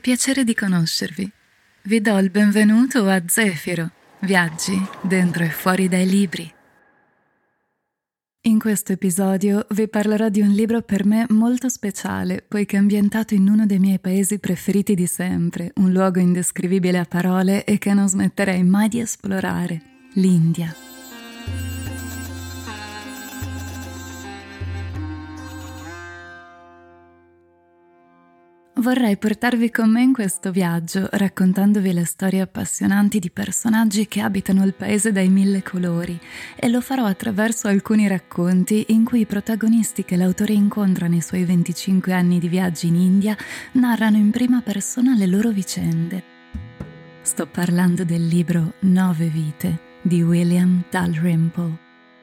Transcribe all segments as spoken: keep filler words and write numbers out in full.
piacere di conoscervi. Vi do il benvenuto a Zefiro, viaggi dentro e fuori dai libri. In questo episodio vi parlerò di un libro per me molto speciale, poiché è ambientato in uno dei miei paesi preferiti di sempre, un luogo indescrivibile a parole e che non smetterei mai di esplorare, l'India. Vorrei portarvi con me in questo viaggio, raccontandovi le storie appassionanti di personaggi che abitano il paese dai mille colori, e lo farò attraverso alcuni racconti in cui i protagonisti che l'autore incontra nei suoi venticinque anni di viaggi in India narrano in prima persona le loro vicende. Sto parlando del libro Nove vite di William Dalrymple.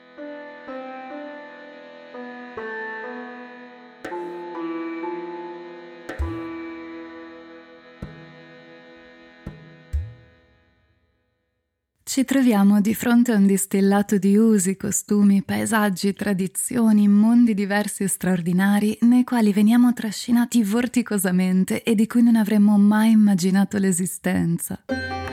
Ci troviamo di fronte a un distillato di usi, costumi, paesaggi, tradizioni, mondi diversi e straordinari nei quali veniamo trascinati vorticosamente e di cui non avremmo mai immaginato l'esistenza.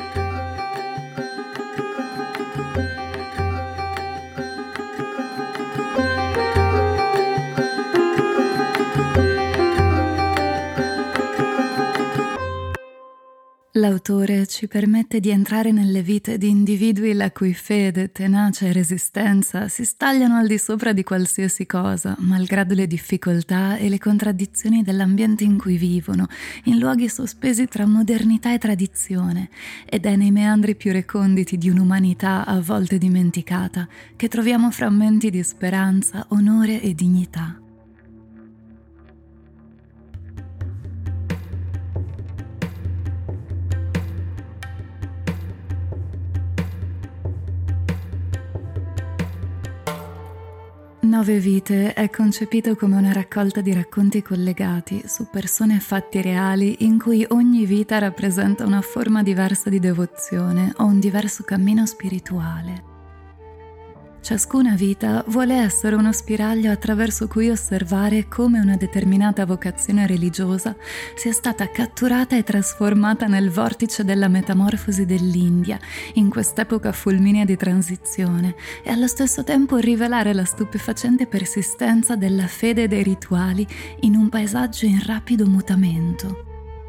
L'autore ci permette di entrare nelle vite di individui la cui fede, tenacia e resistenza si stagliano al di sopra di qualsiasi cosa, malgrado le difficoltà e le contraddizioni dell'ambiente in cui vivono, in luoghi sospesi tra modernità e tradizione, ed è nei meandri più reconditi di un'umanità a volte dimenticata che troviamo frammenti di speranza, onore e dignità. Nove vite è concepito come una raccolta di racconti collegati su persone e fatti reali in cui ogni vita rappresenta una forma diversa di devozione o un diverso cammino spirituale. Ciascuna vita vuole essere uno spiraglio attraverso cui osservare come una determinata vocazione religiosa sia stata catturata e trasformata nel vortice della metamorfosi dell'India, in quest'epoca fulminea di transizione, e allo stesso tempo rivelare la stupefacente persistenza della fede e dei rituali in un paesaggio in rapido mutamento.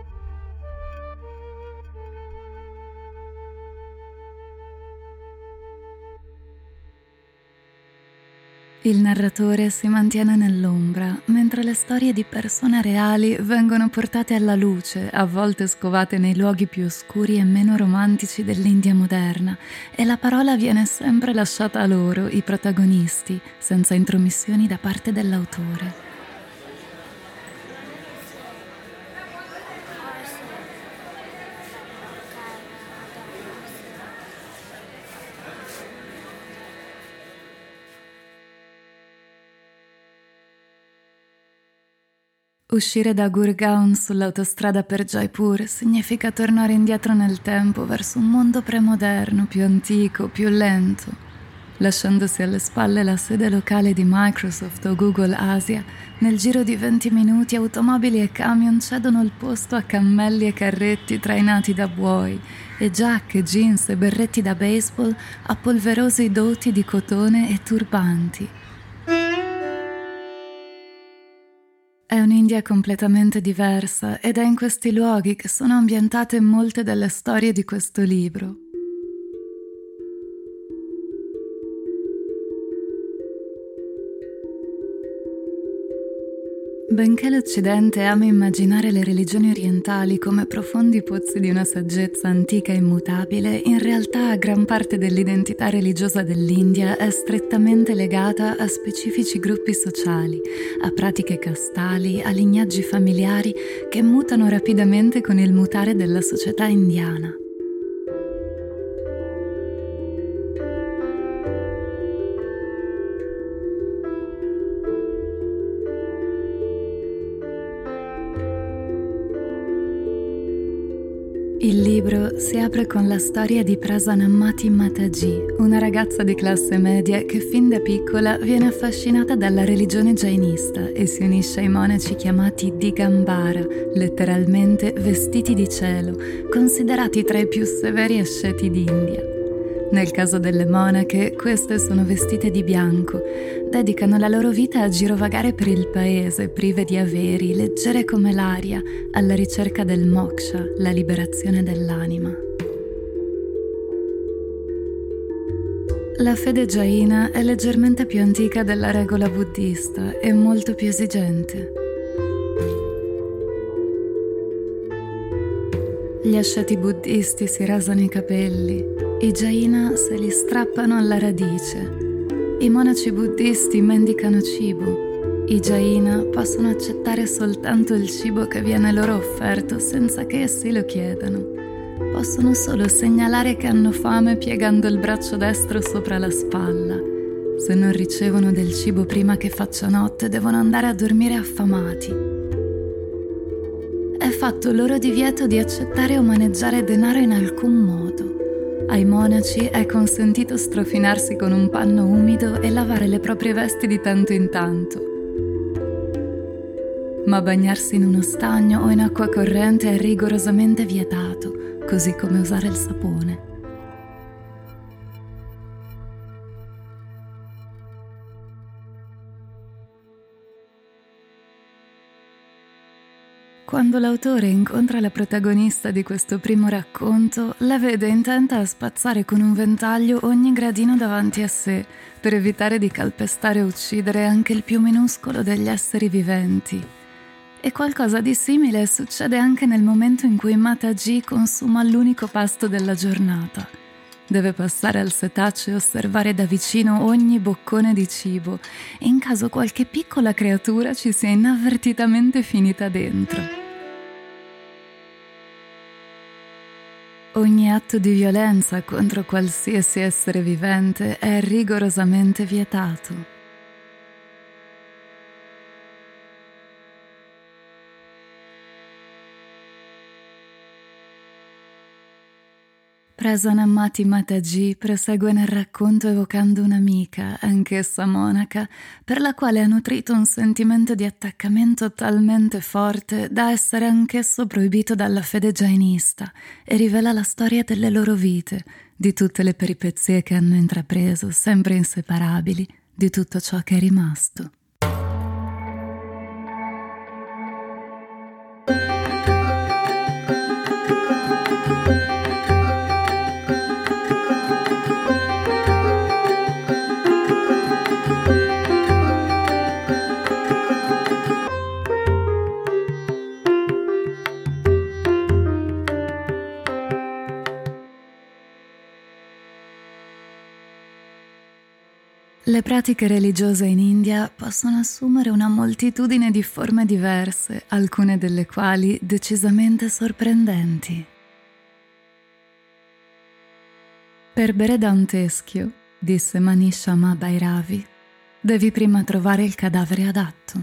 Il narratore si mantiene nell'ombra, mentre le storie di persone reali vengono portate alla luce, a volte scovate nei luoghi più oscuri e meno romantici dell'India moderna, e la parola viene sempre lasciata a loro, i protagonisti, senza intromissioni da parte dell'autore. Uscire da Gurgaon sull'autostrada per Jaipur significa tornare indietro nel tempo verso un mondo premoderno, più antico, più lento. Lasciandosi alle spalle la sede locale di Microsoft o Google Asia, nel giro di venti minuti automobili e camion cedono il posto a cammelli e carretti trainati da buoi, e giacche, jeans e berretti da baseball a polverosi doti di cotone e turbanti. È un'India completamente diversa ed è in questi luoghi che sono ambientate molte delle storie di questo libro. Benché l'Occidente ami immaginare le religioni orientali come profondi pozzi di una saggezza antica e immutabile, in realtà gran parte dell'identità religiosa dell'India è strettamente legata a specifici gruppi sociali, a pratiche castali, a lignaggi familiari che mutano rapidamente con il mutare della società indiana. Il libro si apre con la storia di Prasanamati Mataji, una ragazza di classe media che fin da piccola viene affascinata dalla religione jainista e si unisce ai monaci chiamati Digambara, letteralmente vestiti di cielo, considerati tra i più severi asceti d'India. Nel caso delle monache, queste sono vestite di bianco, dedicano la loro vita a girovagare per il paese, prive di averi, leggere come l'aria, alla ricerca del moksha, la liberazione dell'anima. La fede jaina è leggermente più antica della regola buddista e molto più esigente. Gli asceti buddisti si rasano i capelli, i jaina se li strappano alla radice, i monaci buddisti mendicano cibo, i jaina possono accettare soltanto il cibo che viene loro offerto senza che essi lo chiedano. Possono solo segnalare che hanno fame piegando il braccio destro sopra la spalla. Se non ricevono del cibo prima che faccia notte, devono andare a dormire affamati. È fatto loro divieto di accettare o maneggiare denaro in alcun modo. Ai monaci è consentito strofinarsi con un panno umido e lavare le proprie vesti di tanto in tanto. Ma bagnarsi in uno stagno o in acqua corrente è rigorosamente vietato, così come usare il sapone. Quando l'autore incontra la protagonista di questo primo racconto, la vede intenta a spazzare con un ventaglio ogni gradino davanti a sé, per evitare di calpestare e uccidere anche il più minuscolo degli esseri viventi. E qualcosa di simile succede anche nel momento in cui Mataji consuma l'unico pasto della giornata. Deve passare al setaceo e osservare da vicino ogni boccone di cibo, in caso qualche piccola creatura ci sia inavvertitamente finita dentro. Ogni atto di violenza contro qualsiasi essere vivente è rigorosamente vietato. Prasanamati Mataji prosegue nel racconto evocando un'amica, anch'essa monaca, per la quale ha nutrito un sentimento di attaccamento talmente forte da essere anch'esso proibito dalla fede jainista, e rivela la storia delle loro vite, di tutte le peripezie che hanno intrapreso, sempre inseparabili, di tutto ciò che è rimasto. Le pratiche religiose in India possono assumere una moltitudine di forme diverse, alcune delle quali decisamente sorprendenti. Per bere da un teschio, disse Manisha Bhairavi, devi prima trovare il cadavere adatto.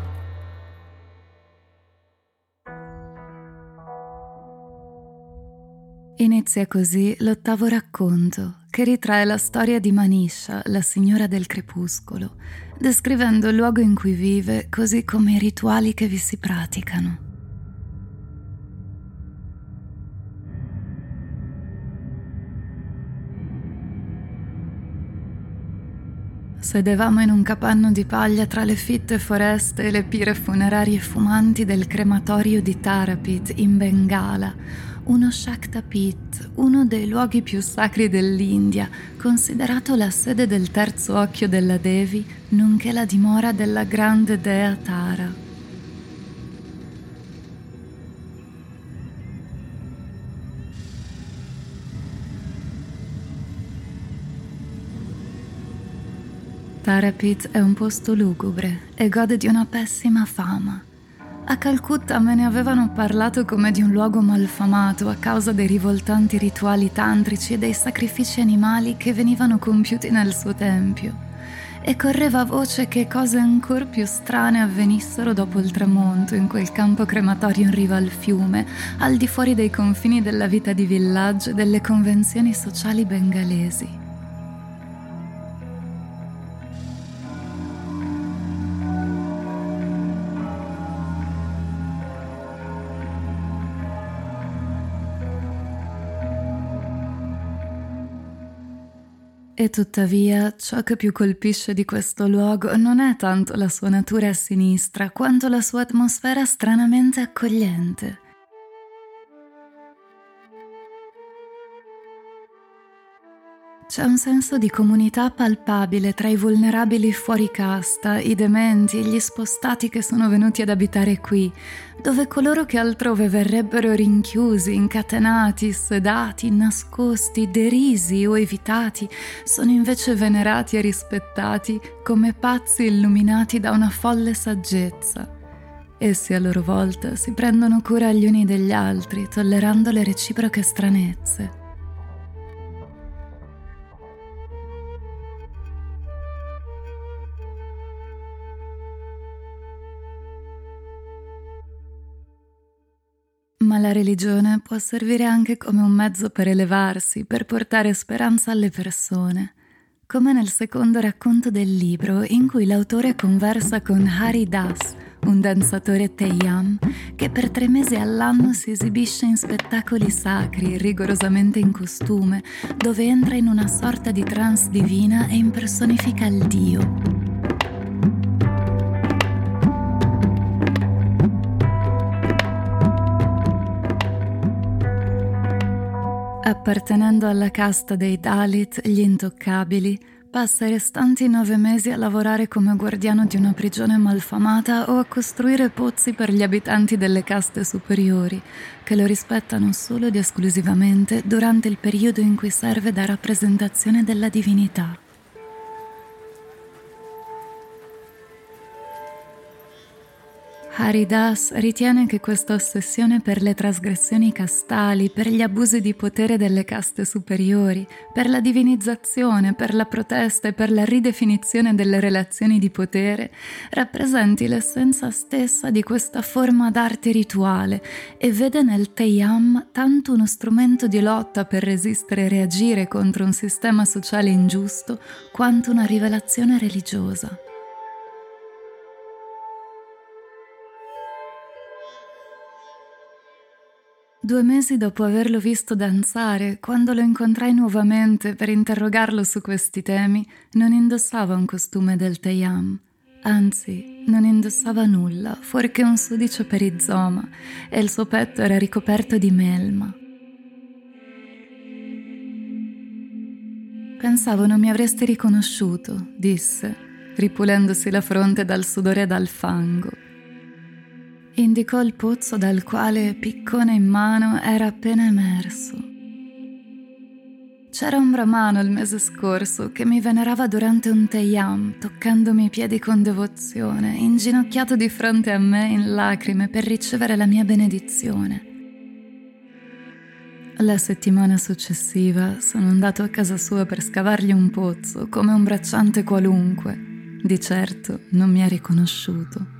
Inizia così l'ottavo racconto, che ritrae la storia di Manisha, la signora del crepuscolo, descrivendo il luogo in cui vive, così come i rituali che vi si praticano. Sedevamo in un capanno di paglia tra le fitte foreste e le pire funerarie fumanti del crematorio di Tarapit in Bengala, uno Shakta Pit, uno dei luoghi più sacri dell'India, considerato la sede del terzo occhio della Devi, nonché la dimora della grande dea Tara. Tarapit è un posto lugubre e gode di una pessima fama. A Calcutta me ne avevano parlato come di un luogo malfamato a causa dei rivoltanti rituali tantrici e dei sacrifici animali che venivano compiuti nel suo tempio. e correva voce che cose ancor più strane avvenissero dopo il tramonto in quel campo crematorio in riva al fiume, al di fuori dei confini della vita di villaggio e delle convenzioni sociali bengalesi. E tuttavia, ciò che più colpisce di questo luogo non è tanto la sua natura sinistra, quanto la sua atmosfera stranamente accogliente. C'è un senso di comunità palpabile tra i vulnerabili fuori casta, i dementi e gli spostati che sono venuti ad abitare qui, dove coloro che altrove verrebbero rinchiusi, incatenati, sedati, nascosti, derisi o evitati, sono invece venerati e rispettati come pazzi illuminati da una folle saggezza. Essi a loro volta si prendono cura gli uni degli altri, tollerando le reciproche stranezze. Ma la religione può servire anche come un mezzo per elevarsi, per portare speranza alle persone, come nel secondo racconto del libro in cui l'autore conversa con Hari Das, un danzatore Theyyam che per tre mesi all'anno si esibisce in spettacoli sacri, rigorosamente in costume, dove entra in una sorta di trance divina e impersonifica il Dio. Appartenendo alla casta dei Dalit, gli intoccabili, passa i restanti nove mesi a lavorare come guardiano di una prigione malfamata o a costruire pozzi per gli abitanti delle caste superiori, che lo rispettano solo ed esclusivamente durante il periodo in cui serve da rappresentazione della divinità. Hari Das ritiene che questa ossessione per le trasgressioni castali, per gli abusi di potere delle caste superiori, per la divinizzazione, per la protesta e per la ridefinizione delle relazioni di potere, rappresenti l'essenza stessa di questa forma d'arte rituale e vede nel Theyyam tanto uno strumento di lotta per resistere e reagire contro un sistema sociale ingiusto, quanto una rivelazione religiosa. Due mesi dopo averlo visto danzare, quando lo incontrai nuovamente per interrogarlo su questi temi, non indossava un costume del Theyyam. Anzi, non indossava nulla, fuorché un sudicio perizoma, e il suo petto era ricoperto di melma. «Pensavo non mi avresti riconosciuto», disse, ripulendosi la fronte dal sudore e dal fango. Indicò il pozzo dal quale, piccone in mano, era appena emerso. C'era un brahmano il mese scorso che mi venerava durante un Theyyam, toccandomi i piedi con devozione, inginocchiato di fronte a me in lacrime per ricevere la mia benedizione. La settimana successiva sono andato a casa sua per scavargli un pozzo, come un bracciante qualunque. Di certo non mi ha riconosciuto.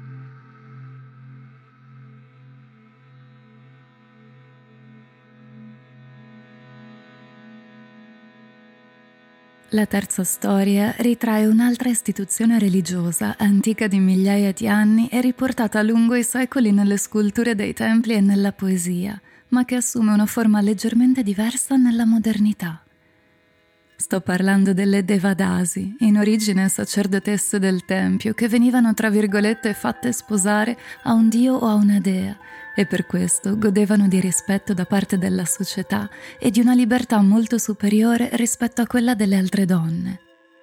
La terza storia ritrae un'altra istituzione religiosa, antica di migliaia di anni e riportata lungo i secoli nelle sculture dei templi e nella poesia, ma che assume una forma leggermente diversa nella modernità. Sto parlando delle Devadasi, in origine sacerdotesse del tempio, che venivano tra virgolette fatte sposare a un dio o a una dea, e per questo godevano di rispetto da parte della società e di una libertà molto superiore rispetto a quella delle altre donne.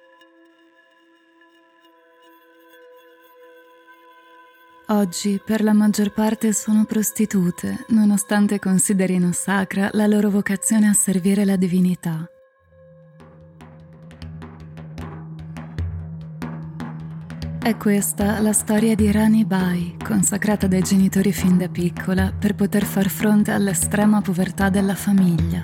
Oggi per la maggior parte sono prostitute, nonostante considerino sacra la loro vocazione a servire la divinità. È questa la storia di Rani Bai, consacrata dai genitori fin da piccola per poter far fronte all'estrema povertà della famiglia.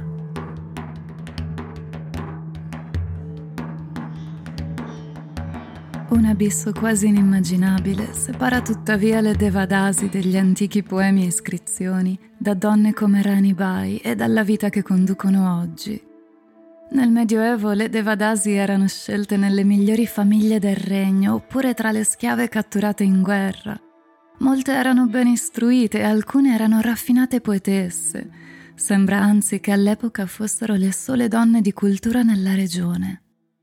Un abisso quasi inimmaginabile separa tuttavia le Devadasi degli antichi poemi e iscrizioni da donne come Rani Bai e dalla vita che conducono oggi. Nel Medioevo le Devadasi erano scelte nelle migliori famiglie del regno oppure tra le schiave catturate in guerra. Molte erano ben istruite e alcune erano raffinate poetesse. Sembra anzi che all'epoca fossero le sole donne di cultura nella regione.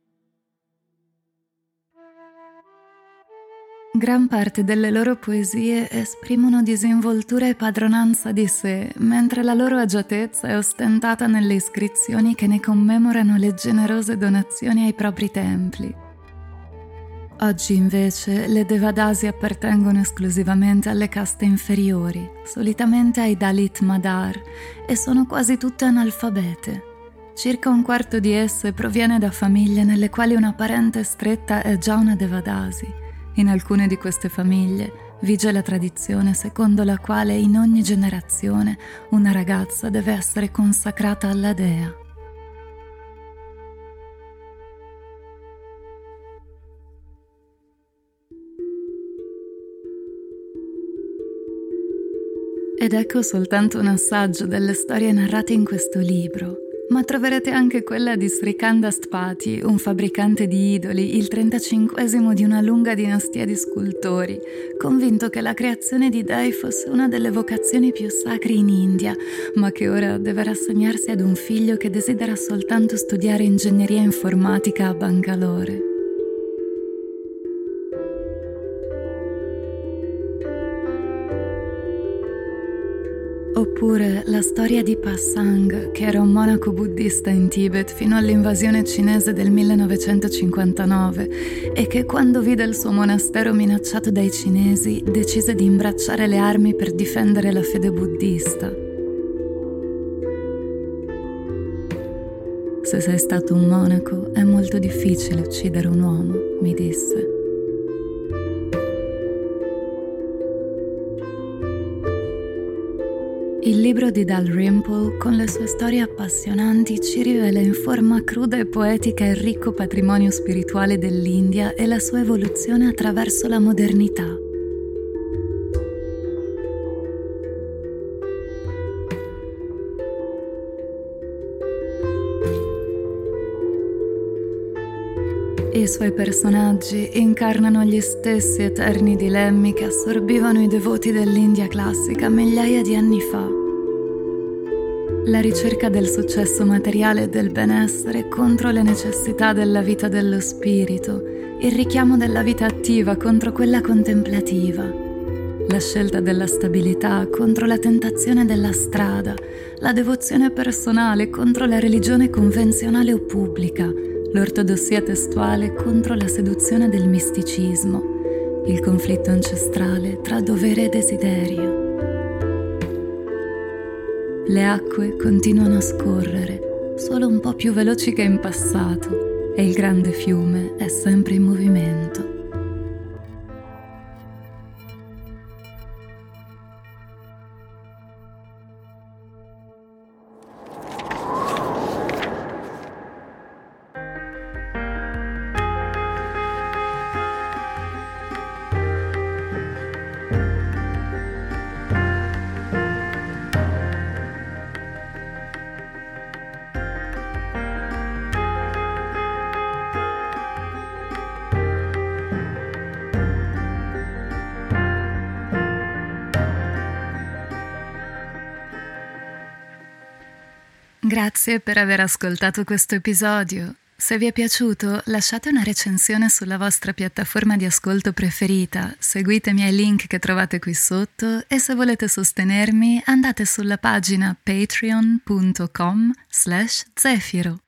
Gran parte delle loro poesie esprimono disinvoltura e padronanza di sé, mentre la loro agiatezza è ostentata nelle iscrizioni che ne commemorano le generose donazioni ai propri templi. Oggi invece le Devadasi appartengono esclusivamente alle caste inferiori, solitamente ai Dalit Madar, e sono quasi tutte analfabete. Circa un quarto di esse proviene da famiglie nelle quali una parente stretta è già una Devadasi. In alcune di queste famiglie vige la tradizione secondo la quale in ogni generazione una ragazza deve essere consacrata alla dea. Ed ecco soltanto un assaggio delle storie narrate in questo libro. Ma troverete anche quella di Srikandastpati, un fabbricante di idoli, il trentacinquesimo di una lunga dinastia di scultori, convinto che la creazione di dei fosse una delle vocazioni più sacre in India, ma che ora deve rassegnarsi ad un figlio che desidera soltanto studiare ingegneria informatica a Bangalore. Oppure la storia di Pasang, che era un monaco buddista in Tibet fino all'invasione cinese del millenovecentocinquantanove e che quando vide il suo monastero minacciato dai cinesi decise di imbracciare le armi per difendere la fede buddista. Se sei stato un monaco è molto difficile uccidere un uomo, mi disse. Il libro di Dalrymple, con le sue storie appassionanti, ci rivela in forma cruda e poetica il ricco patrimonio spirituale dell'India e la sua evoluzione attraverso la modernità. I suoi personaggi incarnano gli stessi eterni dilemmi che assorbivano i devoti dell'India classica migliaia di anni fa. La ricerca del successo materiale e del benessere contro le necessità della vita dello spirito, il richiamo della vita attiva contro quella contemplativa, la scelta della stabilità contro la tentazione della strada, la devozione personale contro la religione convenzionale o pubblica, l'ortodossia testuale contro la seduzione del misticismo, il conflitto ancestrale tra dovere e desiderio. Le acque continuano a scorrere, solo un po' più veloci che in passato, e il grande fiume è sempre in movimento. Grazie per aver ascoltato questo episodio. Se vi è piaciuto, lasciate una recensione sulla vostra piattaforma di ascolto preferita, seguitemi ai link che trovate qui sotto e se volete sostenermi andate sulla pagina patreon punto com slash zefiro.